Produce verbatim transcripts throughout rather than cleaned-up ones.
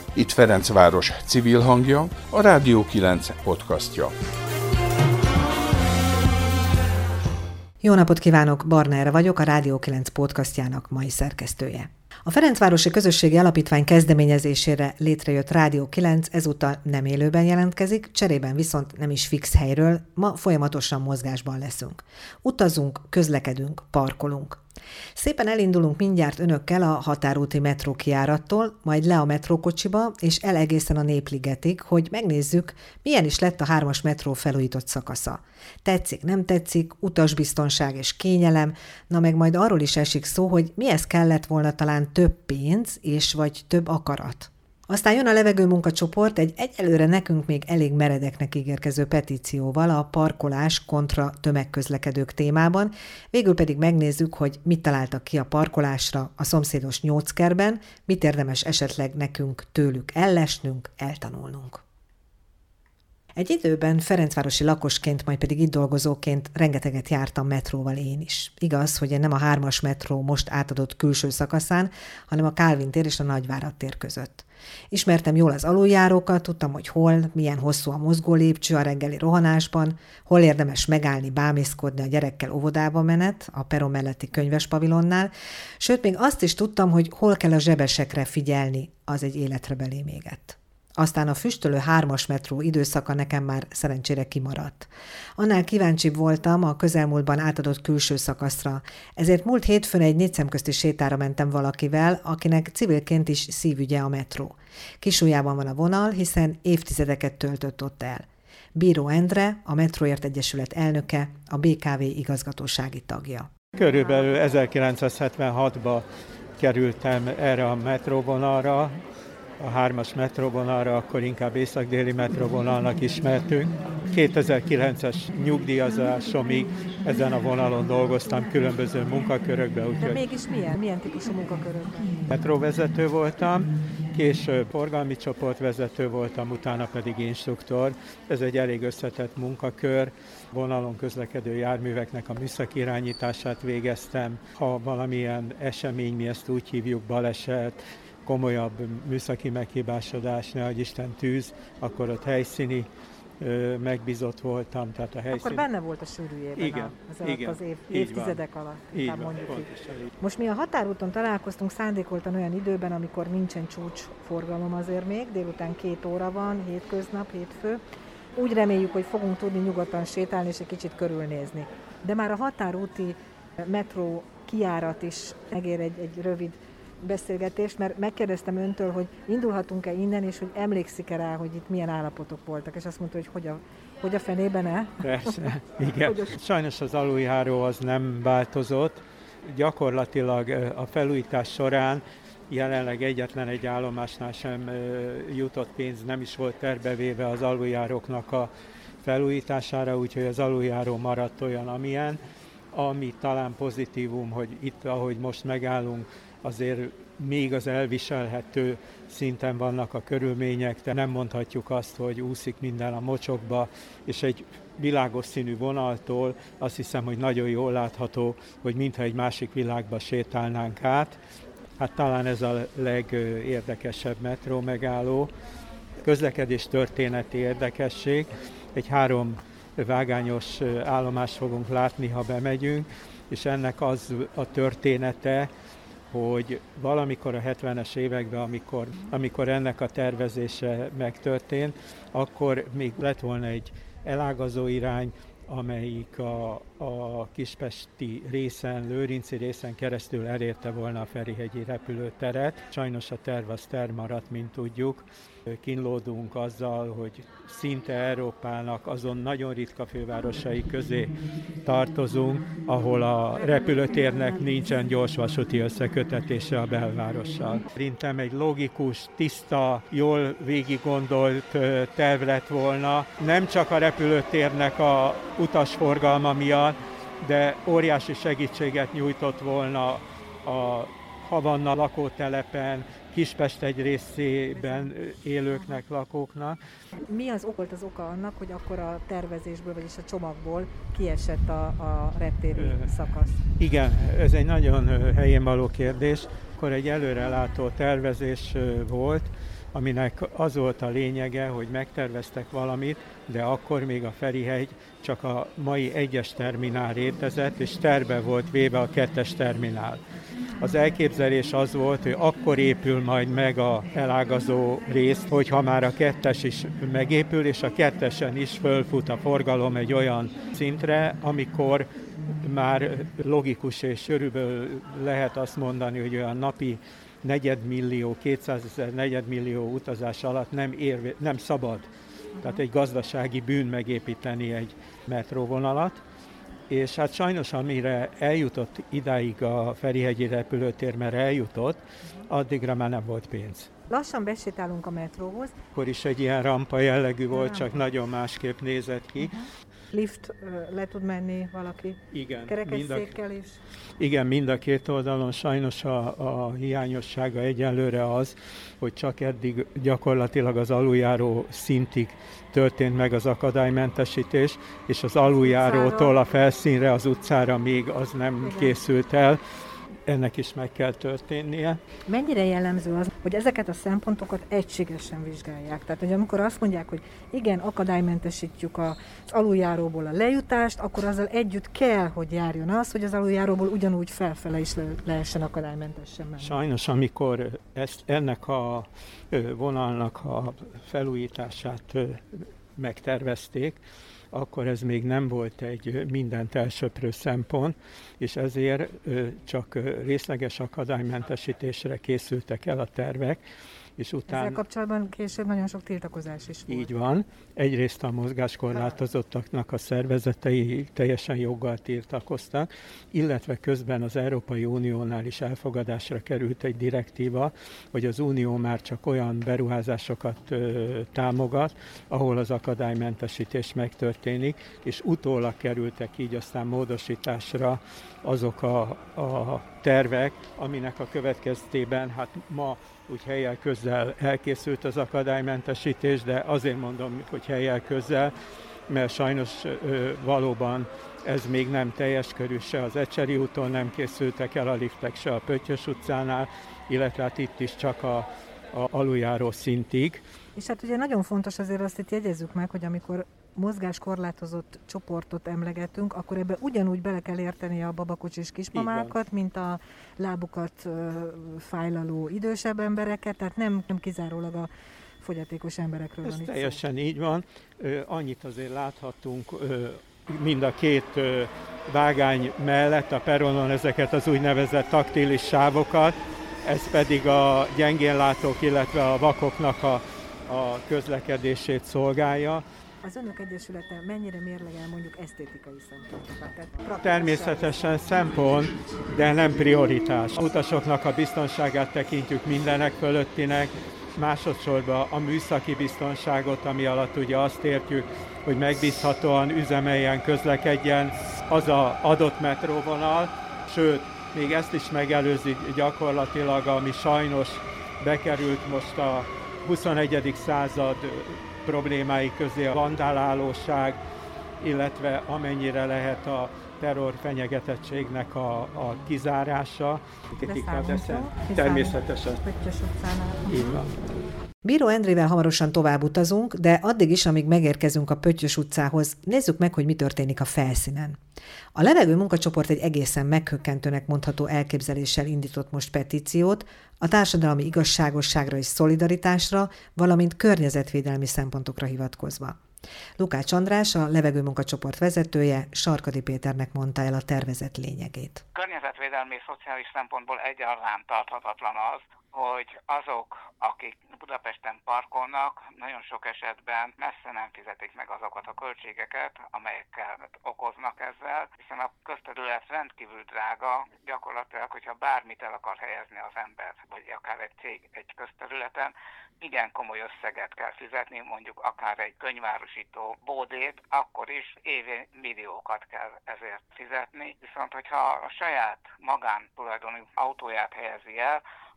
Itt Ferencváros civil hangja, a Rádió kilenc podcastja. Jó napot kívánok, Barna Ere vagyok, a Rádió kilenc podcastjának mai szerkesztője. A Ferencvárosi Közösségi Alapítvány kezdeményezésére létrejött Rádió kilenc ezúttal nem élőben jelentkezik, cserében viszont nem is fix helyről, ma folyamatosan mozgásban leszünk. Utazunk, közlekedünk, parkolunk. Szépen elindulunk mindjárt önökkel a határúti metró kijárattól, majd le a metrókocsiba, és el egészen a Népligetig, hogy megnézzük, milyen is lett a hármas metró felújított szakasza. Tetszik, nem tetszik, utasbiztonság és kényelem, na meg majd arról is esik szó, hogy mihez kellett volna talán több pénz és vagy több akarat. Aztán jön a levegőmunkacsoport egy egyelőre nekünk még elég meredeknek ígérkező petícióval a parkolás kontra tömegközlekedők témában, végül pedig megnézzük, hogy mit találtak ki a parkolásra a szomszédos Nyóckerben, mit érdemes esetleg nekünk tőlük ellesnünk, eltanulnunk. Egy időben ferencvárosi lakosként, majd pedig itt dolgozóként rengeteget jártam metróval én is. Igaz, hogy én nem a hármas metró most átadott külső szakaszán, hanem a Kálvin tér és a Nagyvárad tér között. Ismertem jól az aluljárókat, tudtam, hogy hol, milyen hosszú a mozgó lépcső a reggeli rohanásban, hol érdemes megállni, bámészkodni a gyerekkel óvodába menet, a peron melletti könyves pavilonnál, sőt, még azt is tudtam, hogy hol kell a zsebesekre figyelni, az egy életre belém égett. Aztán a füstölő hármas metró időszaka nekem már szerencsére kimaradt. Annál kíváncsibb voltam a közelmúltban átadott külső szakaszra, ezért múlt hétfőn egy négy szemközti sétára mentem valakivel, akinek civilként is szívügye a metró. Kisújjában van a vonal, hiszen évtizedeket töltött ott el. Bíró Endre, a Metróért Egyesület elnöke, a bé ká vé igazgatósági tagja. Körülbelül ezerkilencszázhetvenhatban kerültem erre a metróvonalra, a hármas metróvonalra, akkor inkább észak-déli metróvonalnak ismertünk. kétezer-kilences nyugdíjazásomig ezen a vonalon dolgoztam különböző munkakörökben. Úgyhogy de mégis milyen? Milyen típusú munkakörökben? Metróvezető voltam, később forgalmi csoportvezető voltam, utána pedig instruktor. Ez egy elég összetett munkakör. Vonalon közlekedő járműveknek a műszaki irányítását végeztem. Ha valamilyen esemény, mi ezt úgy hívjuk, baleset, komolyabb műszaki meghibásodás, nehogy Isten tűz, akkor ott helyszíni ö, megbízott voltam. Tehát a helyszíni... Akkor benne volt a sűrűjében igen, a, az, igen, az év, évtizedek alatt. Így van, mondjuk pontosan. Most mi a határúton találkoztunk szándékoltan olyan időben, amikor nincsen csúcsforgalom azért még, délután két óra van, hétköznap, hétfő. Úgy reméljük, hogy fogunk tudni nyugodtan sétálni és egy kicsit körülnézni. De már a határúti metró kijárat is megér egy, egy rövid beszélgetést, mert megkérdeztem öntől, hogy indulhatunk-e innen, és hogy emlékszik-e rá, hogy itt milyen állapotok voltak, és azt mondta, hogy hogy a, hogy a fenében-e? Persze, igen. Sajnos az aluljáró az nem változott. Gyakorlatilag a felújítás során jelenleg egyetlen egy állomásnál sem jutott pénz, nem is volt terbevéve az aluljáróknak a felújítására, úgyhogy az aluljáró maradt olyan, amilyen. Ami talán pozitívum, hogy itt, ahogy most megállunk, azért még az elviselhető szinten vannak a körülmények, de nem mondhatjuk azt, hogy úszik minden a mocsokba, és egy világos színű vonaltól azt hiszem, hogy nagyon jól látható, hogy mintha egy másik világba sétálnánk át. Hát talán ez a legérdekesebb metró megálló. Közlekedés történeti érdekesség. Egy három vágányos állomást fogunk látni, ha bemegyünk, és ennek az a története, hogy valamikor a hetvenes években, amikor, amikor ennek a tervezése megtörtént, akkor még lett volna egy elágazó irány, amelyik a, a kispesti részen, lőrinci részen keresztül elérte volna a Ferihegyi repülőteret. Sajnos a terv az terv maradt, mint tudjuk. Kínlódunk azzal, hogy szinte Európának azon nagyon ritka fővárosai közé tartozunk, ahol a repülőtérnek nincsen gyorsvasúti összekötetése a belvárossal. Szerintem egy logikus, tiszta, jól végiggondolt terv lett volna, nem csak a repülőtérnek a utasforgalma miatt, de óriási segítséget nyújtott volna a Havanna lakótelepen, Kispest egy részében élőknek, lakóknak. Mi az ok volt az oka annak, hogy akkor a tervezésből, vagyis a csomagból kiesett a, a reptéri szakasz? Igen, ez egy nagyon helyén való kérdés. Akkor egy előrelátó tervezés volt, aminek az volt a lényege, hogy megterveztek valamit, de akkor még a Ferihegy csak a mai egyes terminál létezett, és terve volt véve a kettes terminál. Az elképzelés az volt, hogy akkor épül majd meg a elágazó részt, hogyha már a kettes is megépül, és a kettesen is fölfut a forgalom egy olyan szintre, amikor már logikus és körülbelül lehet azt mondani, hogy olyan napi negyedmillió, kétszázezer negyedmillió utazás alatt nem, ér, nem szabad. Tehát egy gazdasági bűn megépíteni egy metróvonalat. És hát sajnos, amire eljutott idáig a Ferihegyi repülőtér, mert eljutott, addigra már nem volt pénz. Lassan besétálunk a metróhoz. Akkor is egy ilyen rampa jellegű volt, csak nagyon másképp nézett ki. Uh-huh. Lift le tud menni valaki? Igen. Kerekesszékkel is? Igen, mind a két oldalon sajnos a, a hiányossága egyelőre az, hogy csak eddig gyakorlatilag az aluljáró szintig történt meg az akadálymentesítés, és az aluljárótól a felszínre, az utcára még az nem igen. készült el. Ennek is meg kell történnie. Mennyire jellemző az, hogy ezeket a szempontokat egységesen vizsgálják? Tehát, hogy amikor azt mondják, hogy igen, akadálymentesítjük az aluljáróból a lejutást, akkor azzal együtt kell, hogy járjon az, hogy az aluljáróból ugyanúgy felfele is le- lehessen akadálymentesen menni. Sajnos, amikor ezt, ennek a vonalnak a felújítását megtervezték, akkor ez még nem volt egy mindent elsöprő szempont, és ezért csak részleges akadálymentesítésre készültek el a tervek, és utána... Ezzel kapcsolatban később nagyon sok tiltakozás is volt. Így van. Egyrészt a mozgáskorlátozottaknak a szervezetei teljesen joggal tiltakoztak, illetve közben az Európai Uniónál is elfogadásra került egy direktíva, hogy az Unió már csak olyan beruházásokat ö, támogat, ahol az akadálymentesítés megtörténik, és utólag kerültek így aztán módosításra azok a, a tervek, aminek a következtében hát ma úgy helyjel közzel elkészült az akadálymentesítés, de azért mondom, hogy helyjel közzel, mert sajnos ö, valóban ez még nem teljes körű, se az Ecseri úton nem készültek el a liftek, se a Pöttyös utcánál, illetve hát itt is csak a, a aluljáró szintig. És hát ugye nagyon fontos azért azt itt jegyezzük meg, hogy amikor mozgáskorlátozott csoportot emlegetünk, akkor ebbe ugyanúgy bele kell érteni a babakocsis kismamákat, mint a lábukat ö, fájlaló idősebb embereket, tehát nem, nem kizárólag a fogyatékos emberekről Ez van itt teljesen szó. így van. Ö, annyit azért láthatunk ö, mind a két ö, vágány mellett a peronon ezeket az úgynevezett taktilis sávokat, ez pedig a gyengénlátók, illetve a vakoknak a, a közlekedését szolgálja. Az Önök Egyesülete mennyire mérlegel mondjuk esztétikai szempontokat? Természetesen szempont, de nem prioritás. A utasoknak a biztonságát tekintjük mindenek fölöttinek, másodszorban a műszaki biztonságot, ami alatt ugye azt értjük, hogy megbízhatóan üzemeljen, közlekedjen az az adott metróvonal, sőt, még ezt is megelőzi gyakorlatilag, ami sajnos bekerült most a huszonegyedik század problémái közé, a vandálálóság, illetve amennyire lehet a terror fenyegetettségnek a, a kizárása. Természetesen. Így van. Bíró Endrével hamarosan tovább utazunk, de addig is, amíg megérkezünk a Pöttyös utcához, nézzük meg, hogy mi történik a felszínen. A levegő munkacsoport egy egészen meghökkentőnek mondható elképzeléssel indított most petíciót, a társadalmi igazságosságra és szolidaritásra, valamint környezetvédelmi szempontokra hivatkozva. Lukács András, a levegő munkacsoport vezetője, Sarkadi Péternek mondta el a tervezet lényegét. Környezetvédelmi és szociális szempontból egyaránt tarthatatlan az, hogy azok, akik Budapesten parkolnak, nagyon sok esetben messze nem fizetik meg azokat a költségeket, amelyekkel okoznak ezzel, hiszen a közterület rendkívül drága, gyakorlatilag, hogyha bármit el akar helyezni az ember, vagy akár egy cég egy közterületen, igen komoly összeget kell fizetni, mondjuk akár egy könyvárosító bódét, akkor is évi milliókat kell ezért fizetni, viszont hogyha a saját magántulajdonú autóját helyezi el,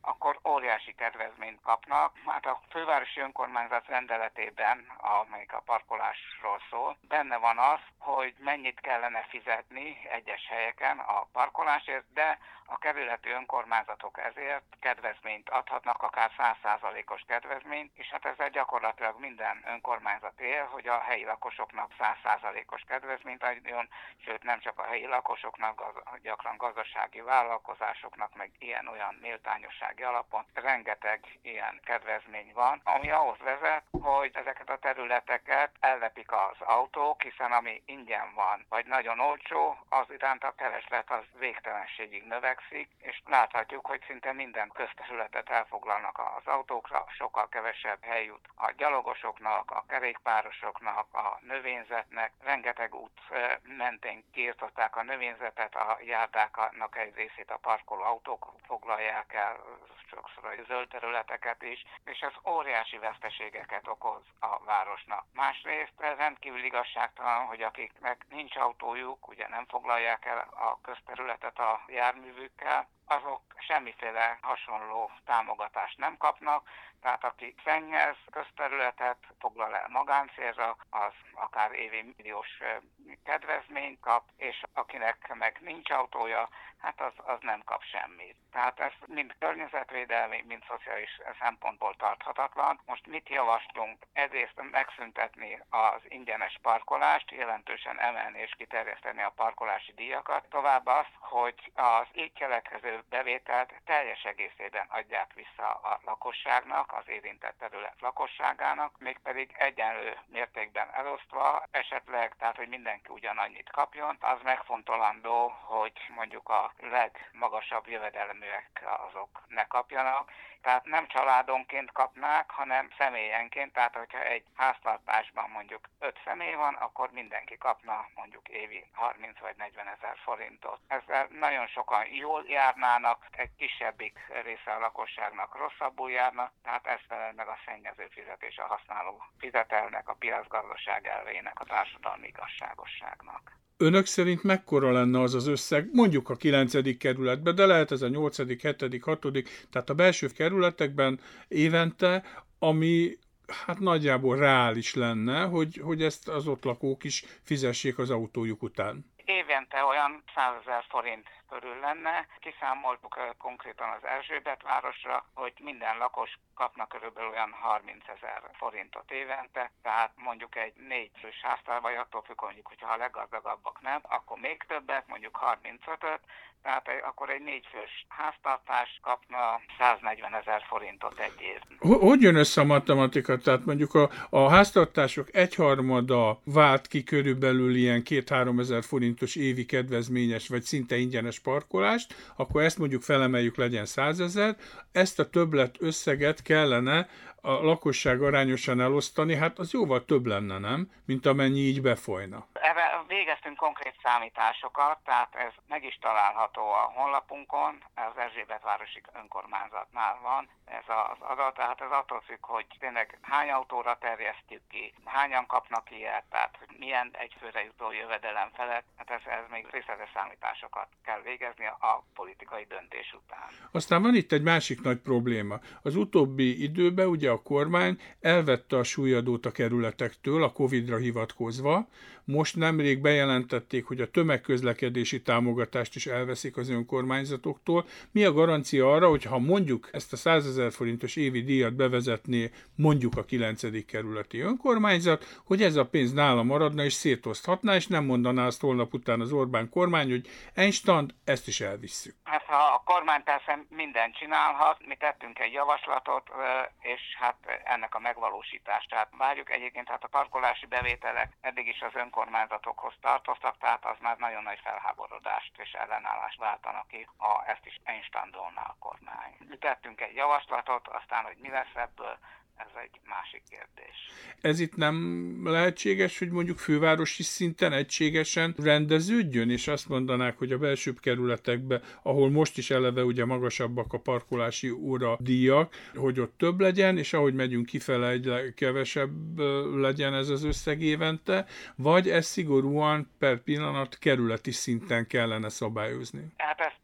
akkor óriási kedvezményt kapnak. Hát a fővárosi önkormányzat rendeletében, amelyik a parkolásról szól, benne van az, hogy mennyit kellene fizetni egyes helyeken a parkolásért, de a kerületi önkormányzatok ezért kedvezményt adhatnak, akár száz százalékos kedvezményt, és hát ezzel gyakorlatilag minden önkormányzat él, hogy a helyi lakosoknak száz százalékos kedvezményt adjon, sőt nem csak a helyi lakosoknak, gaz- gyakran gazdasági vállalkozásoknak, meg ilyen-olyan méltányossági alapon rengeteg ilyen kedvezmény van, ami ahhoz vezet, hogy ezeket a területeket ellepik az autók, hiszen ami ingyen van, vagy nagyon olcsó, az iránt a kereslet az végtelenségig növekszik, és láthatjuk, hogy szinte minden közterületet elfoglalnak az autókra, sokkal kevesebb hely jut a gyalogosoknak, a kerékpárosoknak, a növényzetnek. Rengeteg út mentén kiirtották a növényzetet, a járdáknak egy részét a parkoló autók foglalják el, sokszor a zöld területeket is, és ez óriási veszteségeket okoz a városnak. Másrészt rendkívül igazságtalan, hogy akiknek nincs autójuk, ugye nem foglalják el a közterületet a járművükkel, azok semmiféle hasonló támogatást nem kapnak, tehát aki szennyez közterületet, foglal el magáncélra, az akár évi milliós kedvezményt kap, és akinek meg nincs autója, hát az, az nem kap semmit. Tehát ez mind környezetvédelmi, mind szociális szempontból tarthatatlan. Most mit javaslunk? Egyrészt megszüntetni az ingyenes parkolást, jelentősen emelni és kiterjeszteni a parkolási díjakat. Továbbá az, hogy az így keletkező bevételt teljes egészében adják vissza a lakosságnak, az érintett terület lakosságának, mégpedig egyenlő mértékben elosztva, esetleg, tehát hogy mindenki ugyanannyit kapjon. Az megfontolandó, hogy mondjuk a legmagasabb jövedelműek azok ne kapjanak. Tehát nem családonként kapnák, hanem személyenként, tehát hogyha egy háztartásban mondjuk öt személy van, akkor mindenki kapna mondjuk évi harminc vagy negyven ezer forintot. Ezzel nagyon sokan jól járnának, egy kisebbik része a lakosságnak rosszabbul járnak, tehát ez felel meg a szennyező fizetés, a használó fizetelnek, a piacgazdaság elvének, a társadalmi igazságosságnak. Önök szerint mekkora lenne az az összeg, mondjuk a kilencedik kerületben, de lehet ez a nyolcadik, hetedik, hatodik, tehát a belső kerületekben évente, ami hát nagyjából reális lenne, hogy, hogy ezt az ott lakók is fizessék az autójuk után? Évente olyan százezer forint körül lenne. Kiszámoltuk konkrétan az Erzsébetvárosra, hogy minden lakos kapna körülbelül olyan harmincezer forintot évente, tehát mondjuk egy négy fős háztartás, vagy attól függ, mondjuk, hogyha a leggazdagabbak nem, akkor még többet, mondjuk harmincötöt, tehát akkor egy négyfős háztartás kapna száznegyvenezer forintot egy évben. Hogy jön össze a matematika? Tehát mondjuk a, a háztartások egyharmada vált ki körülbelül ilyen két-három ezer forintos évi kedvezményes, vagy szinte ingyenes parkolást, akkor ezt mondjuk felemeljük, legyen százezer, ezt a többlet összeget kellene a lakosság arányosan elosztani, hát az jóval több lenne, nem? Mint amennyi így befolyna. Erre végeztünk konkrét számításokat, tehát ez meg is található a honlapunkon, az Erzsébetvárosi önkormányzatnál van ez az adat, tehát ez attól függ, hogy tényleg hány autóra terjesztjük ki, hányan kapnak ilyet, tehát hogy milyen egyfőre jutó jövedelem felett, hát ez, ez még részletes számításokat kell végezni a politikai döntés után. Aztán van itt egy másik nagy probléma. Az utóbbi időben ugye a kormány elvette a súlyadót a kerületektől a Covidra hivatkozva, most nemrég bejelentették, hogy a tömegközlekedési támogatást is elveszik az önkormányzatoktól. Mi a garancia arra, hogy ha mondjuk ezt a százezer forintos évi díjat bevezetné mondjuk a kilencedik kerületi önkormányzat, hogy ez a pénz nála maradna és szétoszthatná, és nem mondaná azt holnap után az Orbán kormány, hogy Einstein, ezt is elvisszük. Hát ha a kormány persze mindent csinálhat, mi tettünk egy javaslatot, és hát ennek a megvalósítását várjuk. Egyébként hát a parkolási bevételek eddig is az önkormányzatokhoz tartoztak, tehát az már nagyon nagy felháborodást és ellenállást váltanak ki, ha ezt is Einstein-dolná a kormány. Mi tettünk egy javaslatot, aztán, hogy mi lesz ebből, ez egy másik kérdés. Ez itt nem lehetséges, hogy mondjuk fővárosi szinten egységesen rendeződjön, és azt mondanák, hogy a belsőbb kerületekben, ahol most is eleve ugye magasabbak a parkolási óra díjak, hogy ott több legyen, és ahogy megyünk kifele, egy kevesebb legyen ez az összeg évente, vagy ez szigorúan per pillanat kerületi szinten kellene szabályozni? Hát ez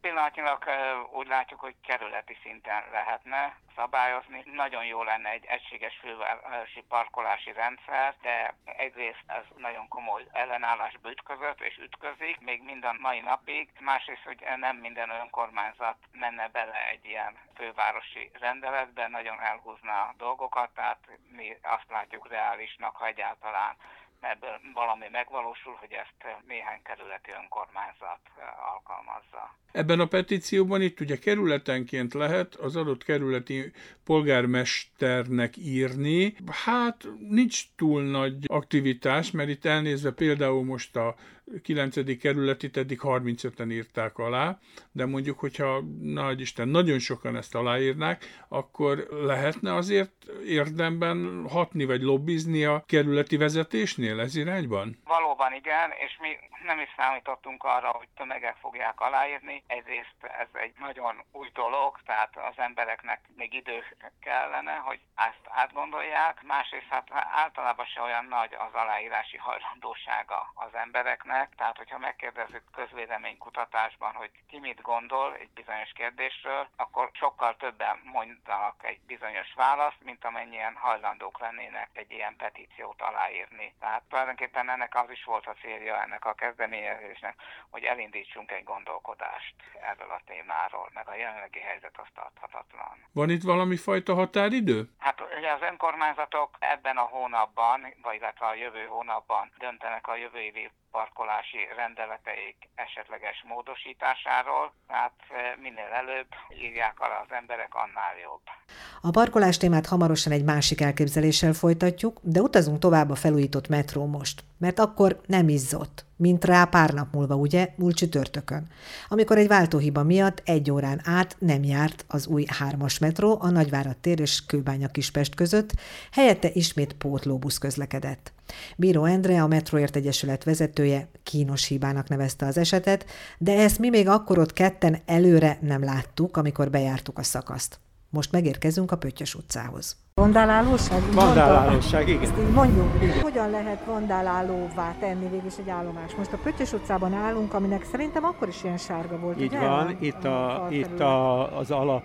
pillanatnyilag úgy látjuk, hogy kerületi szinten lehetne szabályozni. Nagyon jó lenne egy egységes fővárosi parkolási rendszer, de egyrészt ez nagyon komoly ellenállásba ütközött és ütközik, még minden mai napig. Másrészt, hogy nem minden önkormányzat menne bele egy ilyen fővárosi rendeletbe, nagyon elhúzna a dolgokat, tehát mi azt látjuk reálisnak, ha egyáltalán ebből valami megvalósul, hogy ezt néhány kerületi önkormányzat alkalmazza. Ebben a petícióban itt ugye kerületenként lehet az adott kerületi polgármesternek írni. Hát nincs túl nagy aktivitás, mert itt elnézve például most a kilencedik kerületit eddig harmincöten írták alá, de mondjuk, hogyha nagy Isten, nagyon sokan ezt aláírnák, akkor lehetne azért érdemben hatni vagy lobbizni a kerületi vezetésnél ez irányban? Valóban igen, és mi nem is számítottunk arra, hogy tömegek fogják aláírni. Egyrészt ez egy nagyon új dolog, tehát az embereknek még idő kellene, hogy ezt átgondolják. Másrészt hát általában se olyan nagy az aláírási hajlandósága az embereknek, tehát hogyha megkérdezzük közvéleménykutatásban, hogy ki mit gondol egy bizonyos kérdésről, akkor sokkal többen mondanak egy bizonyos választ, mint amennyien hajlandók lennének egy ilyen petíciót aláírni. Tehát tulajdonképpen ennek az is volt a célja ennek a kezdeményezésnek, hogy elindítsunk egy gondolkodást erről a témáról, meg a jelenlegi helyzet az tarthatatlan. Van itt valami fajta határidő? Hát ugye az önkormányzatok ebben a hónapban, vagy illetve a jövő hónapban döntenek a jövő évi parkolási rendeleteik esetleges módosításáról, tehát minél előbb írják alá az emberek, annál jobb. A parkolás témát hamarosan egy másik elképzeléssel folytatjuk, de utazunk tovább a felújított metró most, mert akkor nem izzott, mint rá pár nap múlva, ugye, múlt csütörtökön, amikor egy váltóhiba miatt egy órán át nem járt az új hármas metró a Nagyvárad tér és Kőbánya-Kispest között, helyette ismét pótlóbusz közlekedett. Bíró Endre, a Metróért Egyesület vezetője kínos hibának nevezte az esetet, de ezt mi még akkor ott ketten előre nem láttuk, amikor bejártuk a szakaszt. Most megérkezünk a Pöttyös utcához. Vandálálóság? Vandálálóság, igen. Ezt így mondjuk. Igen. Hogyan lehet vandálálóvá tenni végig egy állomás? Most a Pöttyös utcában állunk, aminek szerintem akkor is ilyen sárga volt, így ugye? Van, a, itt, a, a, itt a, az alap,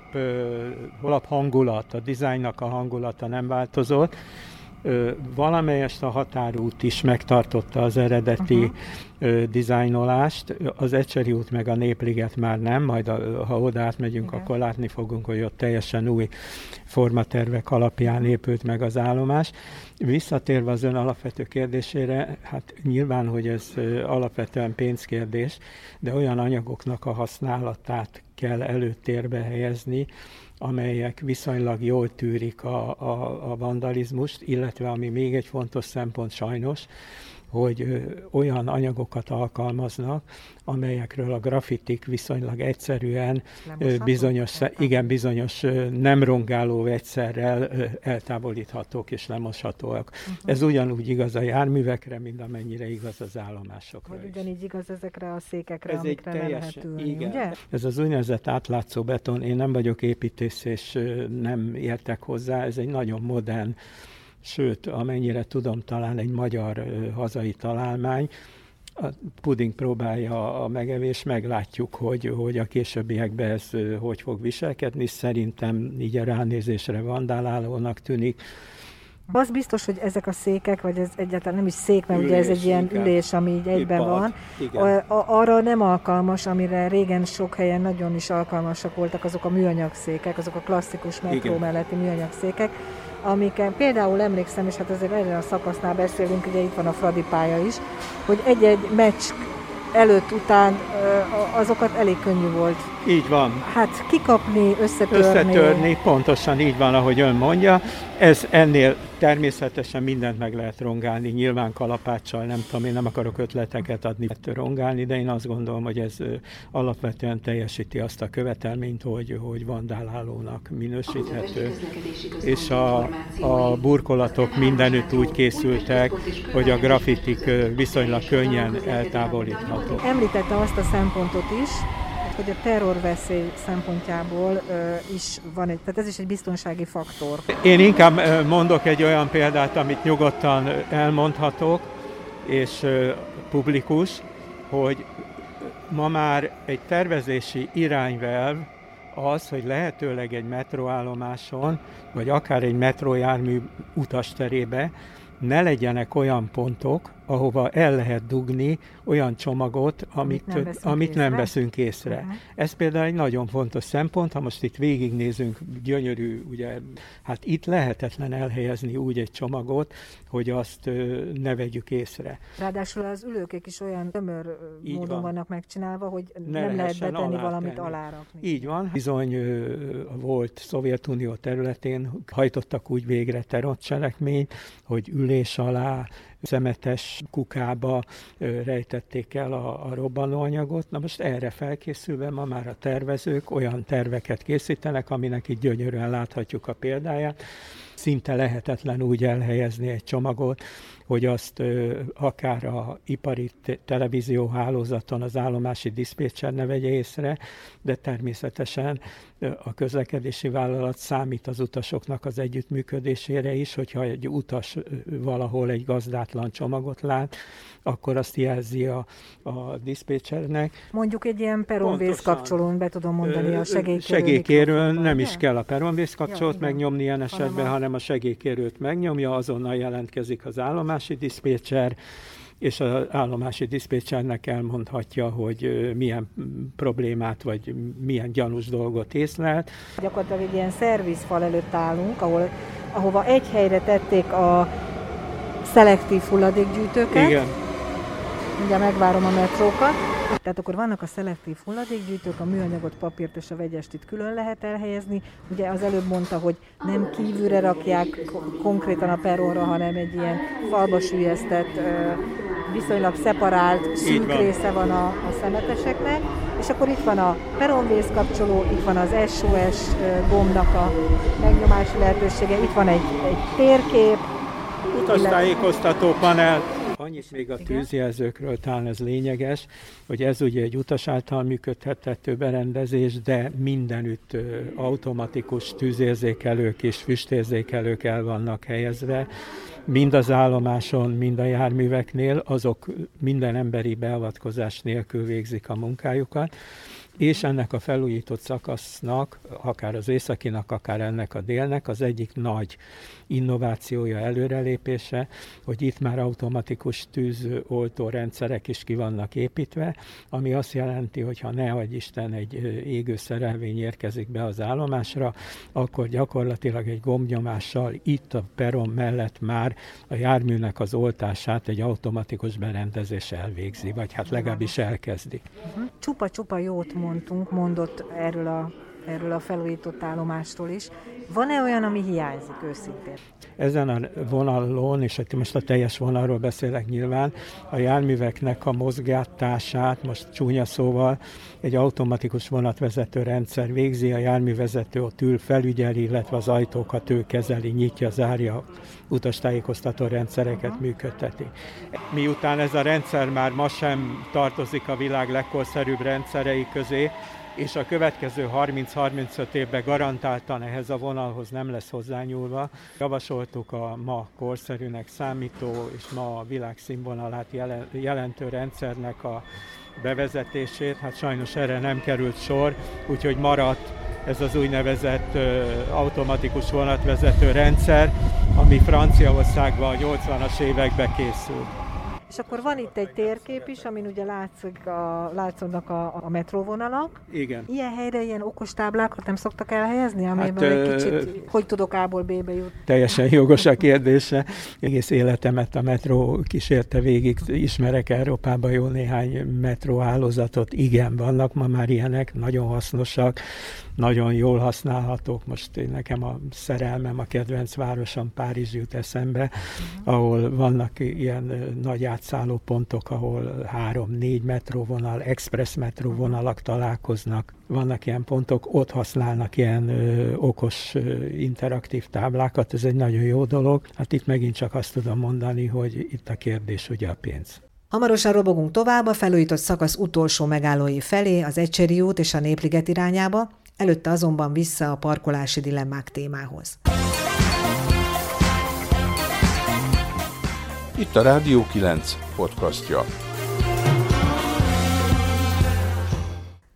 alap hangulat, a dizájnnak a hangulata nem változott. Valamelyest a határút is megtartotta az eredeti uh-huh. dizájnolást, az Ecseri út meg a Népliget már nem, majd a, ha oda átmegyünk, igen, akkor látni fogunk, hogy ott teljesen új formatervek alapján épült meg az állomás. Visszatérve az ön alapvető kérdésére, hát nyilván, hogy ez alapvetően pénzkérdés, de olyan anyagoknak a használatát kell előtérbe helyezni, amelyek viszonylag jól tűrik a, a, a vandalizmust, illetve ami még egy fontos szempont sajnos, hogy ö, olyan anyagokat alkalmaznak, amelyekről a graffitik viszonylag egyszerűen ö, bizonyos, igen, bizonyos ö, nem rongáló vegyszerrel ö, eltávolíthatók és lemoshatóak. Uh-huh. Ez ugyanúgy igaz a járművekre, mint amennyire igaz az állomásokra. Vagy ugyanígy igaz ezekre a székekre, ez amikre teljesen, le lehet ülni, igen. ugye? Ez az úgynevezett átlátszó beton, én nem vagyok építész, és ö, nem értek hozzá, ez egy nagyon modern, sőt, amennyire tudom, talán egy magyar ö, hazai találmány. A puding próbálja a megevés, meglátjuk, hogy, hogy a későbbiekben ez ö, hogy fog viselkedni. Szerintem így a ránézésre vandálálónak tűnik. Az biztos, hogy ezek a székek, vagy ez egyáltalán nem is szék, mert ülés, ugye ez egy ilyen inkább. Ülés, ami így egyben Ipad. Van. A, a, arra nem alkalmas, amire régen sok helyen nagyon is alkalmasak voltak azok a műanyag székek, azok a klasszikus metró igen. melletti műanyag székek, amiken például emlékszem, és hát azért egyre a szakasznál beszélünk, ugye itt van a Fradi pálya is, hogy egy-egy meccs előtt, után azokat elég könnyű volt. Így van. Hát kikapni, összetörni. Összetörni, pontosan így van, ahogy ön mondja. Ez ennél természetesen mindent meg lehet rongálni, nyilván kalapáccsal, nem tudom, én nem akarok ötleteket adni, rongálni, de én azt gondolom, hogy ez alapvetően teljesíti azt a követelményt, hogy, hogy vandálálónak minősíthető. És a, a burkolatok mindenütt úgy készültek, hogy a graffitik viszonylag könnyen eltávolíthatók. Említette azt a szempontot is, hogy a terrorveszély szempontjából uh, is van egy, tehát ez is egy biztonsági faktor. Én inkább mondok egy olyan példát, amit nyugodtan elmondhatok, és uh, publikus, hogy Ma már egy tervezési irányelv az, hogy lehetőleg egy metróállomáson, vagy akár egy metrójármű utasterébe ne legyenek olyan pontok, ahova el lehet dugni olyan csomagot, amit, amit nem veszünk, amit észre. Nem veszünk észre. Uh-huh. Ez például egy nagyon fontos szempont, ha most itt végignézünk, gyönyörű, ugye, hát itt lehetetlen elhelyezni úgy egy csomagot, hogy azt ö, ne vegyük észre. Ráadásul az ülőkék is olyan tömör így módon van. Vannak megcsinálva, hogy ne nem lehet betenni valamit alárakni. Így van. Bizony ö, volt Szovjetunió területén, hajtottak úgy végre terrorcselekményt, hogy ülés alá, szemetes kukába rejtették el a, a robbanóanyagot. Na most erre felkészülve ma már a tervezők olyan terveket készítenek, aminek itt gyönyörűen láthatjuk a példáját. Szinte lehetetlen úgy elhelyezni egy csomagot, hogy azt ö, akár a ipari te- televízió hálózaton az állomási diszpécser ne vegye észre, de természetesen ö, a közlekedési vállalat számít az utasoknak az együttműködésére is, hogyha egy utas ö, valahol egy gazdátlan csomagot lát, akkor azt jelzi a, a diszpécsernek. Mondjuk egy ilyen peronvészkapcsolón be tudom mondani a segélykérő. Segélykérő nem is kell a peronvészkapcsolót ja, megnyomni ilyen esetben, hanem a, hanem a segélykérőt megnyomja, azonnal jelentkezik az állomási diszpécser, és az állomási diszpécsernek elmondhatja, hogy milyen problémát, vagy milyen gyanús dolgot észlelt. Gyakorlatilag egy ilyen szervizfal előtt állunk, ahol, ahova egy helyre tették a szelektív hulladékgyűjtőket. Igen. Ugye megvárom a metrókat. Tehát akkor vannak a szelektív hulladékgyűjtők, a műanyagot, papírt és a vegyest itt külön lehet elhelyezni. Ugye az előbb mondta, hogy nem kívülre rakják konkrétan a peronra, hanem egy ilyen falba süllyesztett, viszonylag szeparált, szűk része van a, a szemeteseknek. És akkor itt van a peronvészkapcsoló, itt van az es o es gombnak a megnyomási lehetősége, itt van egy, egy térkép. Utastájékoztató panel. Annyit még a tűzjelzőkről, talán ez lényeges, hogy ez ugye egy utas által működtethető berendezés, de mindenütt automatikus tűzérzékelők és füstérzékelők el vannak helyezve, mind az állomáson, mind a járműveknél, azok minden emberi beavatkozás nélkül végzik a munkájukat, és ennek a felújított szakasznak, akár az északinak, akár ennek a délnek az egyik nagy innovációja, előrelépése, hogy itt már automatikus tűzoltó rendszerek is ki vannak építve, ami azt jelenti, hogy ha ne adj Isten egy égő szerelvény érkezik be az állomásra, akkor gyakorlatilag egy gombnyomással itt a peron mellett már a járműnek az oltását egy automatikus berendezés elvégzi, vagy hát legalábbis elkezdi. Csupa-csupa jót mondtunk, mondott erről a, erről a felújított állomásról is. Van-e olyan, ami hiányzik őszintén? Ezen a vonalon, és most a teljes vonalról beszélek nyilván, a járműveknek a mozgátását, most csúnya szóval, egy automatikus vonatvezető rendszer végzi, a járművezető ott ül, felügyeli, illetve az ajtókat ő kezeli, nyitja, zárja, utastájékoztató rendszereket működteti. Miután ez a rendszer már ma sem tartozik a világ legkorszerűbb rendszerei közé, és a következő harminc-harmincöt évben garantáltan ehhez a vonalhoz nem lesz hozzányúlva. Javasoltuk a ma korszerűnek számító és ma a világ színvonalát jelentő rendszernek a bevezetését. Hát sajnos erre nem került sor, úgyhogy maradt ez az úgynevezett ö, automatikus vonatvezető rendszer, ami Franciaországban a nyolcvanas években készült. És akkor van itt egy térkép is, amin ugye látszik a, látszódnak a, a metróvonalak. Igen. Ilyen helyre ilyen okos táblákat nem szoktak elhelyezni, amiben hát, egy kicsit, hogy tudok A-ból B-be jutni? Teljesen jogos a kérdése. Egész életemet a metró kísérte végig, ismerek Európában jó néhány metróhálózatot. Igen, vannak ma már ilyenek, nagyon hasznosak, nagyon jól használhatók. Most én, nekem a szerelmem, a kedvenc városom Párizs jut eszembe, uh-huh. ahol vannak ilyen nagy átszálló pontok, ahol három-négy metróvonal, express metróvonalak találkoznak. Vannak ilyen pontok, ott használnak ilyen ö, okos, ö, interaktív táblákat, ez egy nagyon jó dolog. Hát itt megint csak azt tudom mondani, hogy itt a kérdés ugye a pénz. Hamarosan robogunk tovább a felújított szakasz utolsó megállói felé, az Ecseri út és a Népliget irányába, előtte azonban vissza a parkolási dilemmák témához. Itt a Rádió kilenc podcastja.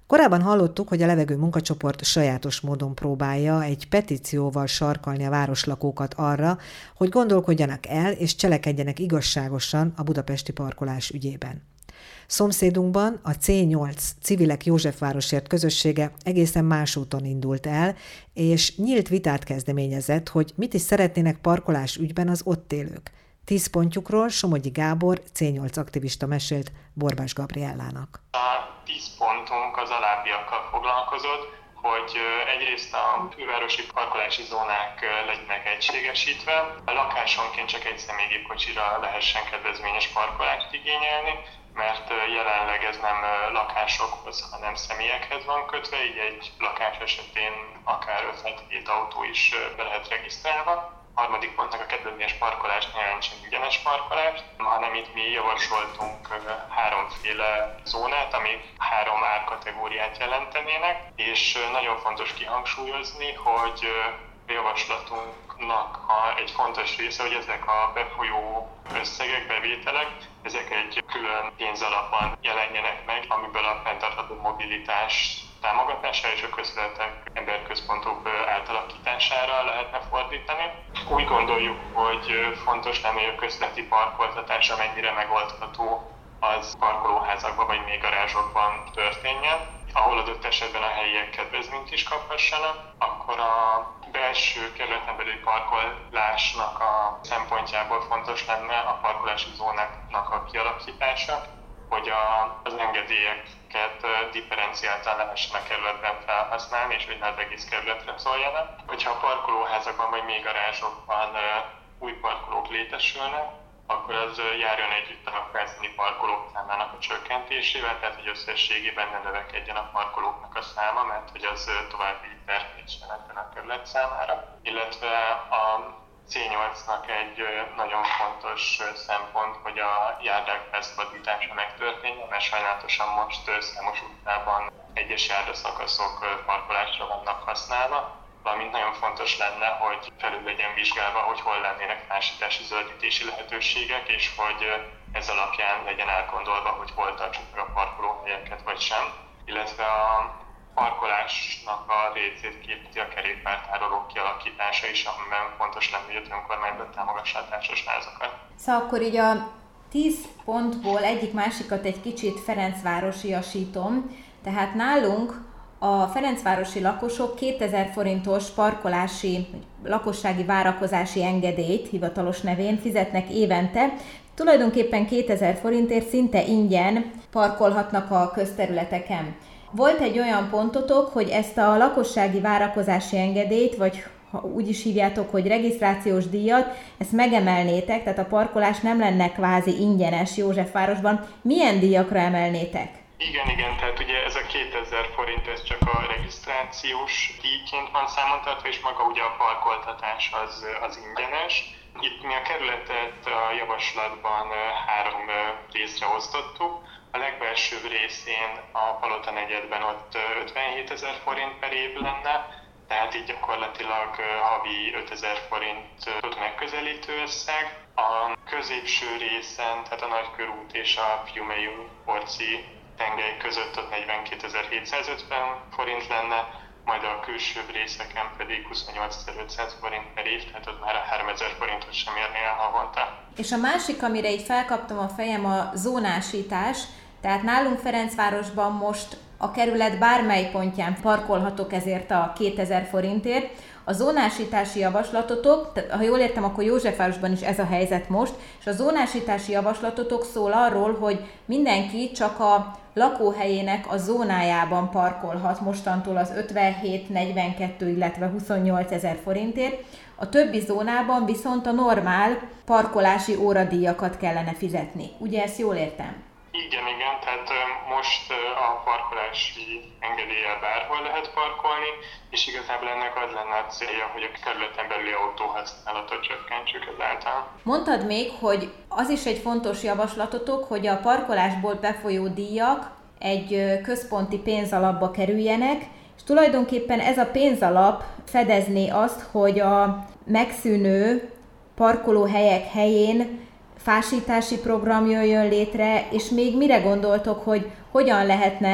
Korábban hallottuk, hogy a levegő munkacsoport sajátos módon próbálja egy petícióval sarkalni a városlakókat arra, hogy gondolkodjanak el és cselekedjenek igazságosan a budapesti parkolás ügyében. Szomszédunkban a cé nyolc Civilek Józsefvárosért közössége egészen más úton indult el, és nyílt vitát kezdeményezett, hogy mit is szeretnének parkolás ügyben az ott élők. Tíz pontjukról Somogyi Gábor, cé nyolc aktivista mesélt Borbás Gabriellának. A tíz pontunk az alábbiakkal foglalkozott, hogy egyrészt a fővárosi parkolási zónák legyenek egységesítve, a lakásonként csak egy személygépkocsira lehessen kedvezményes parkolást igényelni, mert jelenleg ez nem lakásokhoz, hanem személyekhez van kötve, így egy lakás esetén akár öt-hét autó is be lehet regisztrálva. A harmadik pontnak a kedvezményes parkolás ne jelentsen ingyenes parkolást, hanem itt mi javasoltunk háromféle zónát, ami három árkategóriát jelentenének, és nagyon fontos kihangsúlyozni, hogy a javaslatunknak a, egy fontos része, hogy ezek a befolyó összegek, bevételek, ezek egy külön pénzalapban jelenjenek meg, amiből a fenntartható mobilitás támogatására és a közterületek emberközpontok átalakítására lehetne fordítani. Úgy gondoljuk, hogy fontos lenne, hogy a közterületi parkoltatás, amennyire megoldható, az parkolóházakban vagy még garázsokban történjen, ahol adott esetben a helyiek kedvezményt is kaphassanak, akkor a belső kerületen belüli parkolásnak a szempontjából fontos lenne a parkolási zónáknak a kialakítása, hogy a, az engedélyeket differenciáltan lehessen a kerületben felhasználni, és hogy ne az egész kerületre szóljanak. Hogyha a parkolóházakban vagy még garázsokban új parkolók létesülnek, akkor az járjon együtt a felszíni parkolók számának a csökkentésével, tehát hogy összességében ne növekedjen a parkolóknak a száma, mert hogy az további terhelés jelenten a kerület számára. Illetve a cé nyolcnak egy nagyon fontos szempont, hogy a járdák felszabadítása megtörténjen, mert sajnálatosan most számos utcában egyes járdaszakaszok parkolásra vannak használva, valamint nagyon fontos lenne, hogy felül legyen vizsgálva, hogy hol lennének másítási, zöldítési lehetőségek, és hogy ez alapján legyen elgondolva, hogy hol tartsuk meg a parkolóhelyeket vagy sem, illetve a parkolásnak a részét képezi a kerékpártárolók kialakítása is, amiben fontos lenne, hogy az önkormányzat támogassa a társasházakat. Szóval akkor így a tíz pontból egyik-másikat egy kicsit ferencvárosiasítom, tehát nálunk a ferencvárosi lakosok kétezer forintos parkolási, lakossági várakozási engedélyt, hivatalos nevén fizetnek évente. Tulajdonképpen kétezer forintért szinte ingyen parkolhatnak a közterületeken. Volt egy olyan pontotok, hogy ezt a lakossági várakozási engedélyt, vagy ha úgy is hívjátok, hogy regisztrációs díjat, ezt megemelnétek, tehát a parkolás nem lenne kvázi ingyenes Józsefvárosban. Milyen díjakra emelnétek? Igen, igen, tehát ugye ez a kétezer forint, ez csak a regisztrációs díjként van számon tartva, és maga ugye a parkoltatás az, az ingyenes. Itt mi a kerületet a javaslatban három részre osztottuk. A legbelsőbb részén a Palota negyedben ott ötvenhétezer forint per év lenne, tehát így gyakorlatilag havi ötezer forintot megközelítő összeg. A középső részen, tehát a Nagykörút és a Fiumei-Orci tengely között ott negyvenkétezer-hétszázötven forint lenne, majd a külsőbb részeken pedig huszonnyolcezer-ötszáz forint per év, tehát ott már a háromezer forintot sem érné el havonta. És a másik, amire így felkaptam a fejem, a zónásítás, tehát nálunk Ferencvárosban most a kerület bármely pontján parkolhatok ezért a kétezer forintért. A zónásítási javaslatotok, tehát ha jól értem, akkor Józsefvárosban is ez a helyzet most, és a zónásítási javaslatotok szól arról, hogy mindenki csak a lakóhelyének a zónájában parkolhat mostantól az ötvenhét, negyvenkettő, illetve huszonnyolc ezer forintért. A többi zónában viszont a normál parkolási óradíjakat kellene fizetni. Ugye ezt jól értem? Igen, igen, tehát most a parkolási engedéllyel bárhol lehet parkolni, és igazából ennek az lenne a célja, hogy a kerületen belüli autóhasználatot csökkentsük ezáltal. Mondtad még, hogy az is egy fontos javaslatotok, hogy a parkolásból befolyó díjak egy központi pénzalapba kerüljenek, és tulajdonképpen ez a pénzalap fedezné azt, hogy a megszűnő parkolóhelyek helyén fásítási program jöjjön létre, és még mire gondoltok, hogy hogyan lehetne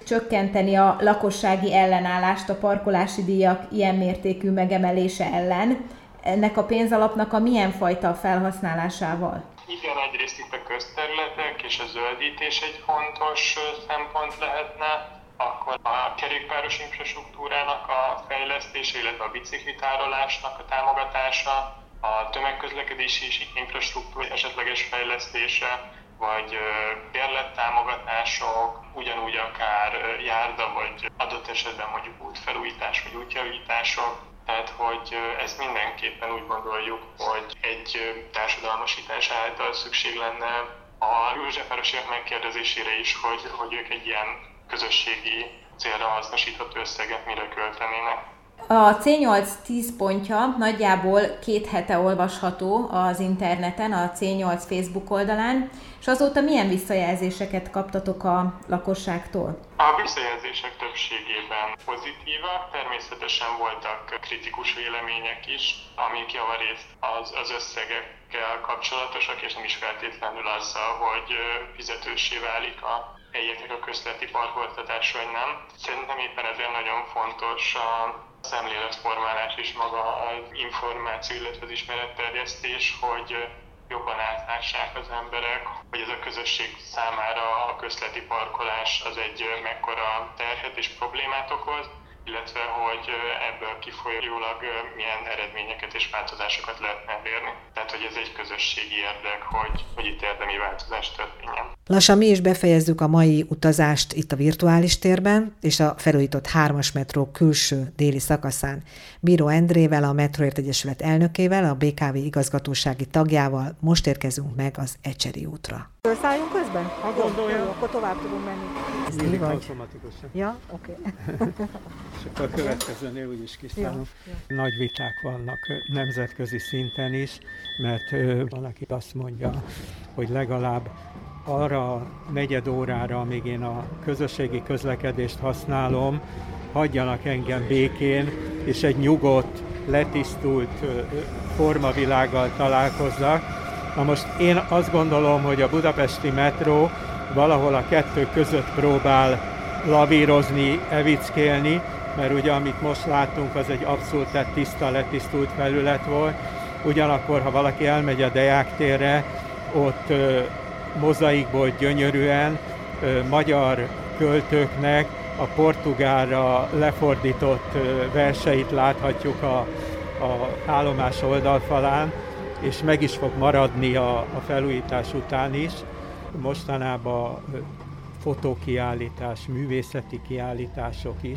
csökkenteni a lakossági ellenállást a parkolási díjak ilyen mértékű megemelése ellen. Ennek a pénzalapnak a milyen fajta felhasználásával? Igen, egyrészt itt a közterületek és a zöldítés egy fontos szempont lehetne, akkor a kerékpáros infrastruktúrának a fejlesztése, illetve a biciklitárolásnak a támogatása, a tömegközlekedési infrastruktúra esetleges fejlesztése, vagy bérlettámogatások, ugyanúgy akár járda, vagy adott esetben mondjuk útfelújítás, vagy útjavítások. Tehát, hogy ezt mindenképpen úgy gondoljuk, hogy egy társadalmasítás által szükség lenne a józsefvárosiak megkérdezésére is, hogy, hogy ők egy ilyen közösségi célra hasznosítható összeget mire költenének. A cé nyolc tíz pontja nagyjából két hete olvasható az interneten, a cé nyolc Facebook oldalán, és azóta milyen visszajelzéseket kaptatok a lakosságtól? A visszajelzések többségében pozitívak, természetesen voltak kritikus vélemények is, amik javarészt az, az összegekkel kapcsolatosak, és nem is feltétlenül azzal, hogy fizetőssé válik a helyeknek a közleti parkoltatás, vagy nem. Szerintem éppen ezért nagyon fontos a szemléletformálás és maga az információ, illetve az ismeretterjesztés, hogy jobban átlássák az emberek, hogy ez a közösség számára a közleti parkolás az egy mekkora terhet és problémát okoz, illetve hogy ebből kifolyólag milyen eredményeket és változásokat lehetne elérni. Tehát, hogy ez egy közösségi érdek, hogy, hogy itt érdemi változás történjen. Lassan mi is befejezzük a mai utazást itt a virtuális térben, és a felújított hármas metró külső déli szakaszán Bíró Endrével, a Metroért Egyesület elnökével, a bé ká vé igazgatósági tagjával most érkezünk meg az Ecseri útra. Szálljunk közben? Ha gondolja, akkor tovább tudunk menni. Ez nyílik automatikusan. Ja, oké. Okay. És akkor a következőnél úgyis kiszállunk. Ja, Nagy viták vannak nemzetközi szinten is, mert van, aki azt mondja, hogy legalább arra a negyed órára, amíg én a közösségi közlekedést használom, hagyjanak engem békén, és egy nyugodt, letisztult formavilággal találkozzak. Na most én azt gondolom, hogy a budapesti metró valahol a kettő között próbál lavírozni, evickélni, mert ugye amit most láttunk, az egy abszolút tiszta, letisztult felület volt. Ugyanakkor, ha valaki elmegy a Deák térre, ott ö, mozaikból gyönyörűen ö, magyar költőknek a portugálra lefordított ö, verseit láthatjuk a, a állomás oldalfalán, és meg is fog maradni a, a felújítás után is. Mostanában fotókiállítás, művészeti kiállítások is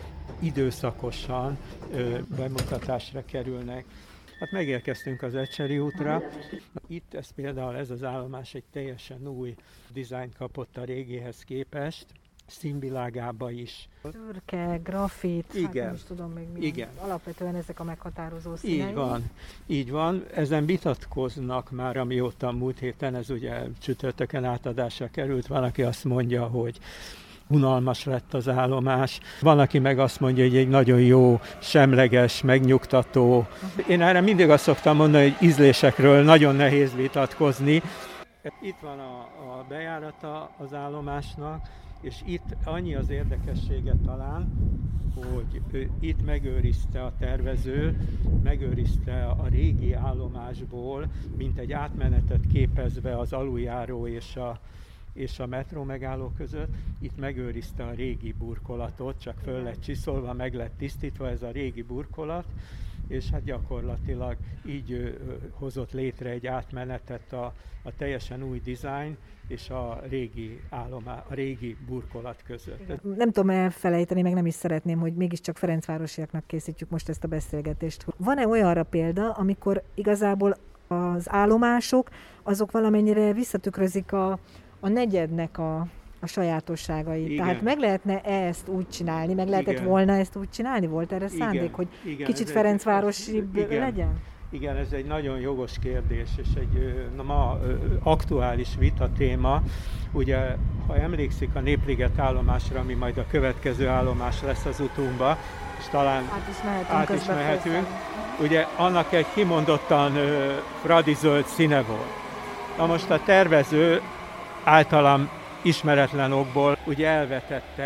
időszakosan ö, bemutatásra kerülnek. Hát megérkeztünk az Ecseri útra. Itt ez például ez az állomás egy teljesen új dizájnt kapott a régihez képest, színvilágába is. Szürke, grafit, igen. Hát nem is tudom még mi. Igen. Alapvetően ezek a meghatározó színei. Így van, így van. Ezen vitatkoznak már, amióta múlt héten, ez ugye csütörtökön átadásra került, van, aki azt mondja, hogy unalmas lett az állomás. Van, aki meg azt mondja, hogy egy nagyon jó, semleges, megnyugtató. Én erre mindig azt szoktam mondani, hogy ízlésekről nagyon nehéz vitatkozni. Itt van a, a bejárata az állomásnak, és itt annyi az érdekessége talán, hogy itt megőrizte a tervező, megőrizte a régi állomásból, mint egy átmenetet képezve az aluljáró és a és a metró megálló között, itt megőrizte a régi burkolatot, csak föl lett csiszolva, meg lett tisztítva ez a régi burkolat, és hát gyakorlatilag így ö, hozott létre egy átmenetet a, a teljesen új dizájn és a régi állomá, a régi burkolat között. Nem tudom elfelejteni, meg nem is szeretném, hogy mégiscsak ferencvárosiaknak készítjük most ezt a beszélgetést. Van-e olyanra példa, amikor igazából az állomások, azok valamennyire visszatükrözik a a negyednek a, a sajátosságait. Igen. Tehát meg lehetne ezt úgy csinálni, meg lehetett igen. volna ezt úgy csinálni? Volt erre igen. szándék, hogy igen. kicsit ferencvárosibb legyen? Igen, ez egy nagyon jogos kérdés, és egy na, ma aktuális vita téma. Ugye, ha emlékszik a Népliget állomásra, ami majd a következő állomás lesz az utunkba, és talán át is mehetünk. Át is mehetünk. Ugye, annak egy kimondottan fradizöld színe volt. Na most a tervező általam ismeretlen okból ugye elvetette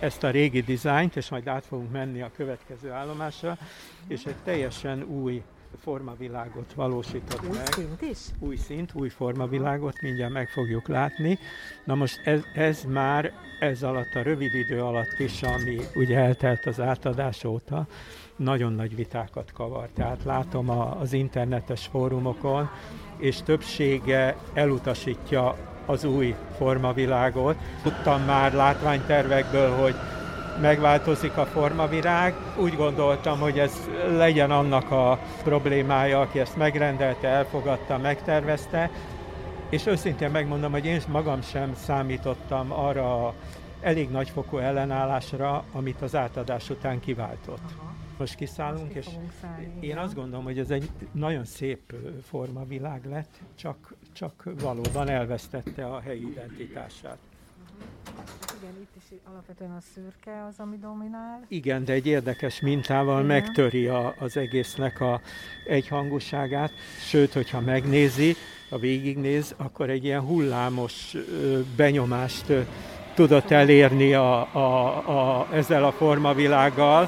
ezt a régi dizájnt, és majd át fogunk menni a következő állomásra, és egy teljesen új formavilágot valósított új meg. Új szint is? Új szint, új formavilágot, mindjárt meg fogjuk látni. Na most ez, ez már ez alatt a rövid idő alatt is, ami ugye eltelt az átadás óta, nagyon nagy vitákat kavar. Tehát látom a, az internetes fórumokon, és többsége elutasítja az új formavilágot. Tudtam már látványtervekből, hogy megváltozik a formavirág. Úgy gondoltam, hogy ez legyen annak a problémája, aki ezt megrendelte, elfogadta, megtervezte, és őszintén megmondom, hogy én magam sem számítottam arra a elég nagyfokú ellenállásra, amit az átadás után kiváltott. Aha. Most kiszállunk, és szállni, én azt gondolom, hogy ez egy nagyon szép formavilág lett, csak, csak valóban elvesztette a helyi identitását. Uh-huh. Igen, itt is alapvetően a szürke az, ami dominál. Igen, de egy érdekes mintával igen. megtöri a, az egésznek a egyhangúságát, sőt, hogyha megnézi, ha végignéz, akkor egy ilyen hullámos benyomást tudott elérni a, a, a, ezzel a formavilággal,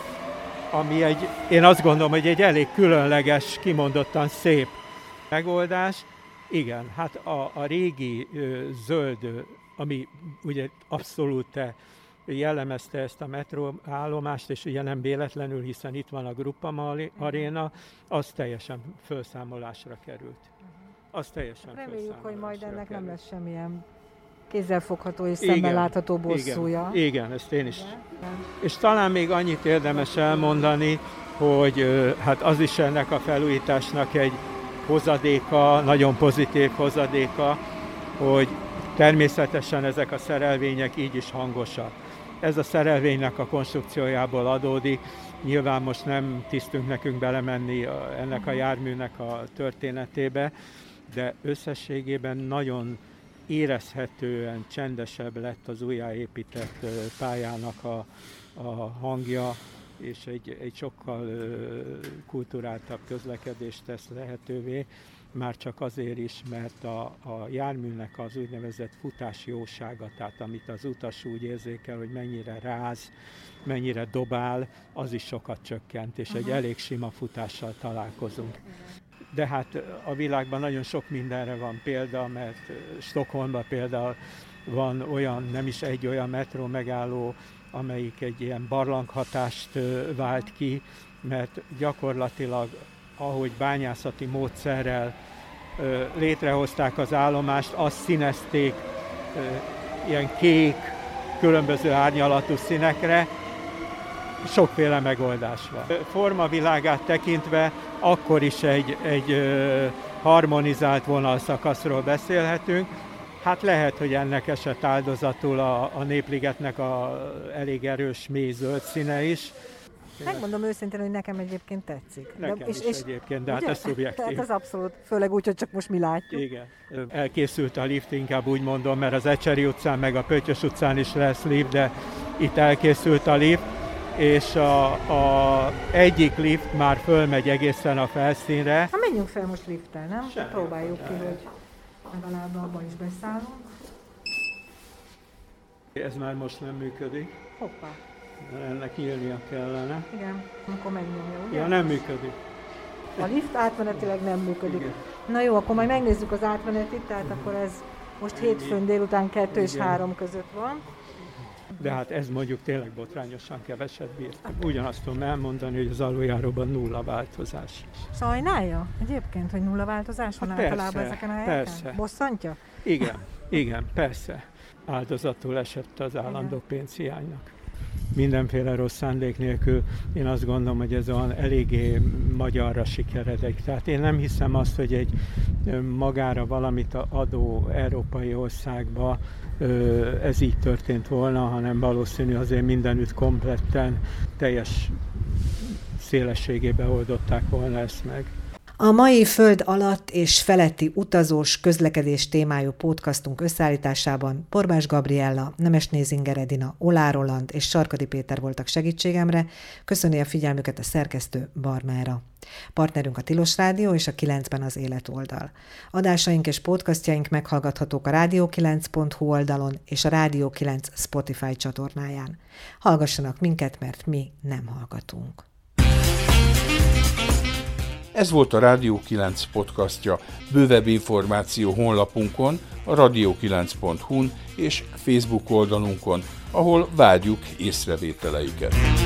ami egy, én azt gondolom, hogy egy elég különleges, kimondottan szép megoldás. Igen, hát a, a régi ö, zöld, ami ugye abszolút jellemezte ezt a metróállomást, és ugye nem véletlenül, hiszen itt van a Gruppama Aréna, az teljesen felszámolásra került. Az teljesen Reméljük, hogy majd ennek került. Nem lesz semmilyen kézzelfogható és szemmel látható bosszúja. Igen, igen, ezt én is. Igen. És talán még annyit érdemes elmondani, hogy hát az is ennek a felújításnak egy hozadéka, nagyon pozitív hozadéka, hogy természetesen ezek a szerelvények így is hangosak. Ez a szerelvénynek a konstrukciójából adódik. Nyilván most nem tisztünk nekünk belemenni ennek a járműnek a történetébe, de összességében nagyon érezhetően csendesebb lett az újjáépített pályának a, a hangja, és egy, egy sokkal kulturáltabb közlekedést tesz lehetővé, már csak azért is, mert a, a járműnek az úgynevezett futásjósága, tehát amit az utas úgy érzékel, hogy mennyire ráz, mennyire dobál, az is sokat csökkent, és uh-huh. egy elég sima futással találkozunk. De hát a világban nagyon sok mindenre van példa, mert Stockholmban például van olyan, nem is egy olyan metró megálló, amelyik egy ilyen barlanghatást vált ki, mert gyakorlatilag, ahogy bányászati módszerrel létrehozták az állomást, azt színezték ilyen kék, különböző árnyalatú színekre, sokféle megoldás van. Formavilágát tekintve akkor is egy, egy harmonizált vonalszakaszról beszélhetünk. Hát lehet, hogy ennek esett áldozatul a, a Népligetnek a elég erős mély zöld színe is. Megmondom őszintén, hogy nekem egyébként tetszik. Nekem de, és, is és, egyébként, de hát ez szubjektív. Tehát ez abszolút, főleg úgy, hogy csak most mi látjuk. Igen. Elkészült a lift, inkább úgy mondom, mert az Ecseri utcán meg a Pöttyös utcán is lesz lift, de itt elkészült a lift, és a, a egyik lift már fölmegy egészen a felszínre. Ha menjünk fel most lifttel, nem? Semmi próbáljuk ki, hogy legalább abban is beszállunk. Ez már most nem működik. Hoppá. Ennek nyílnia kellene. Igen, akkor megnyomja, ugye? Ja, nem működik. A lift átmenetileg nem működik. Igen. Na jó, akkor majd megnézzük az átmenetit, tehát akkor ez most hétfőn délután kettő és három között van. De hát ez mondjuk tényleg botrányosan keveset bírt. Ugyanazt tudom elmondani, hogy az aluljáróban nulla változás. Sajnálja egyébként, hogy nulla változás van hát általában persze, ezeken a helyeken? Persze. Bosszantja? Igen, igen, persze. Áldozatul esett az állandó pénzhiánynak. Mindenféle rossz szándék nélkül én azt gondolom, hogy ez olyan eléggé magyarra sikeredik. Tehát én nem hiszem azt, hogy egy magára valamit adó európai országba ez így történt volna, hanem valószínű azért mindenütt kompletten, teljes szélességében oldották volna ezt meg. A mai föld alatt és feletti utazós közlekedés témájú podcastunk összeállításában Borbás Gabriella, Nemesné Zinger Edina, Oláh Roland és Sarkadi Péter voltak segítségemre. Köszöni a figyelmüket a szerkesztő Barnára. Partnerünk a Tilos Rádió és a kilencben az Élet oldal. Adásaink és podcastjaink meghallgathatók a rádió kilenc pont hu oldalon és a Rádió kilenc Spotify csatornáján. Hallgassanak minket, mert mi nem hallgatunk. Ez volt a Rádió kilenc podcastja. Bővebb információ honlapunkon, a rádió kilenc pont hu-n és Facebook oldalunkon, ahol várjuk észrevételeiket.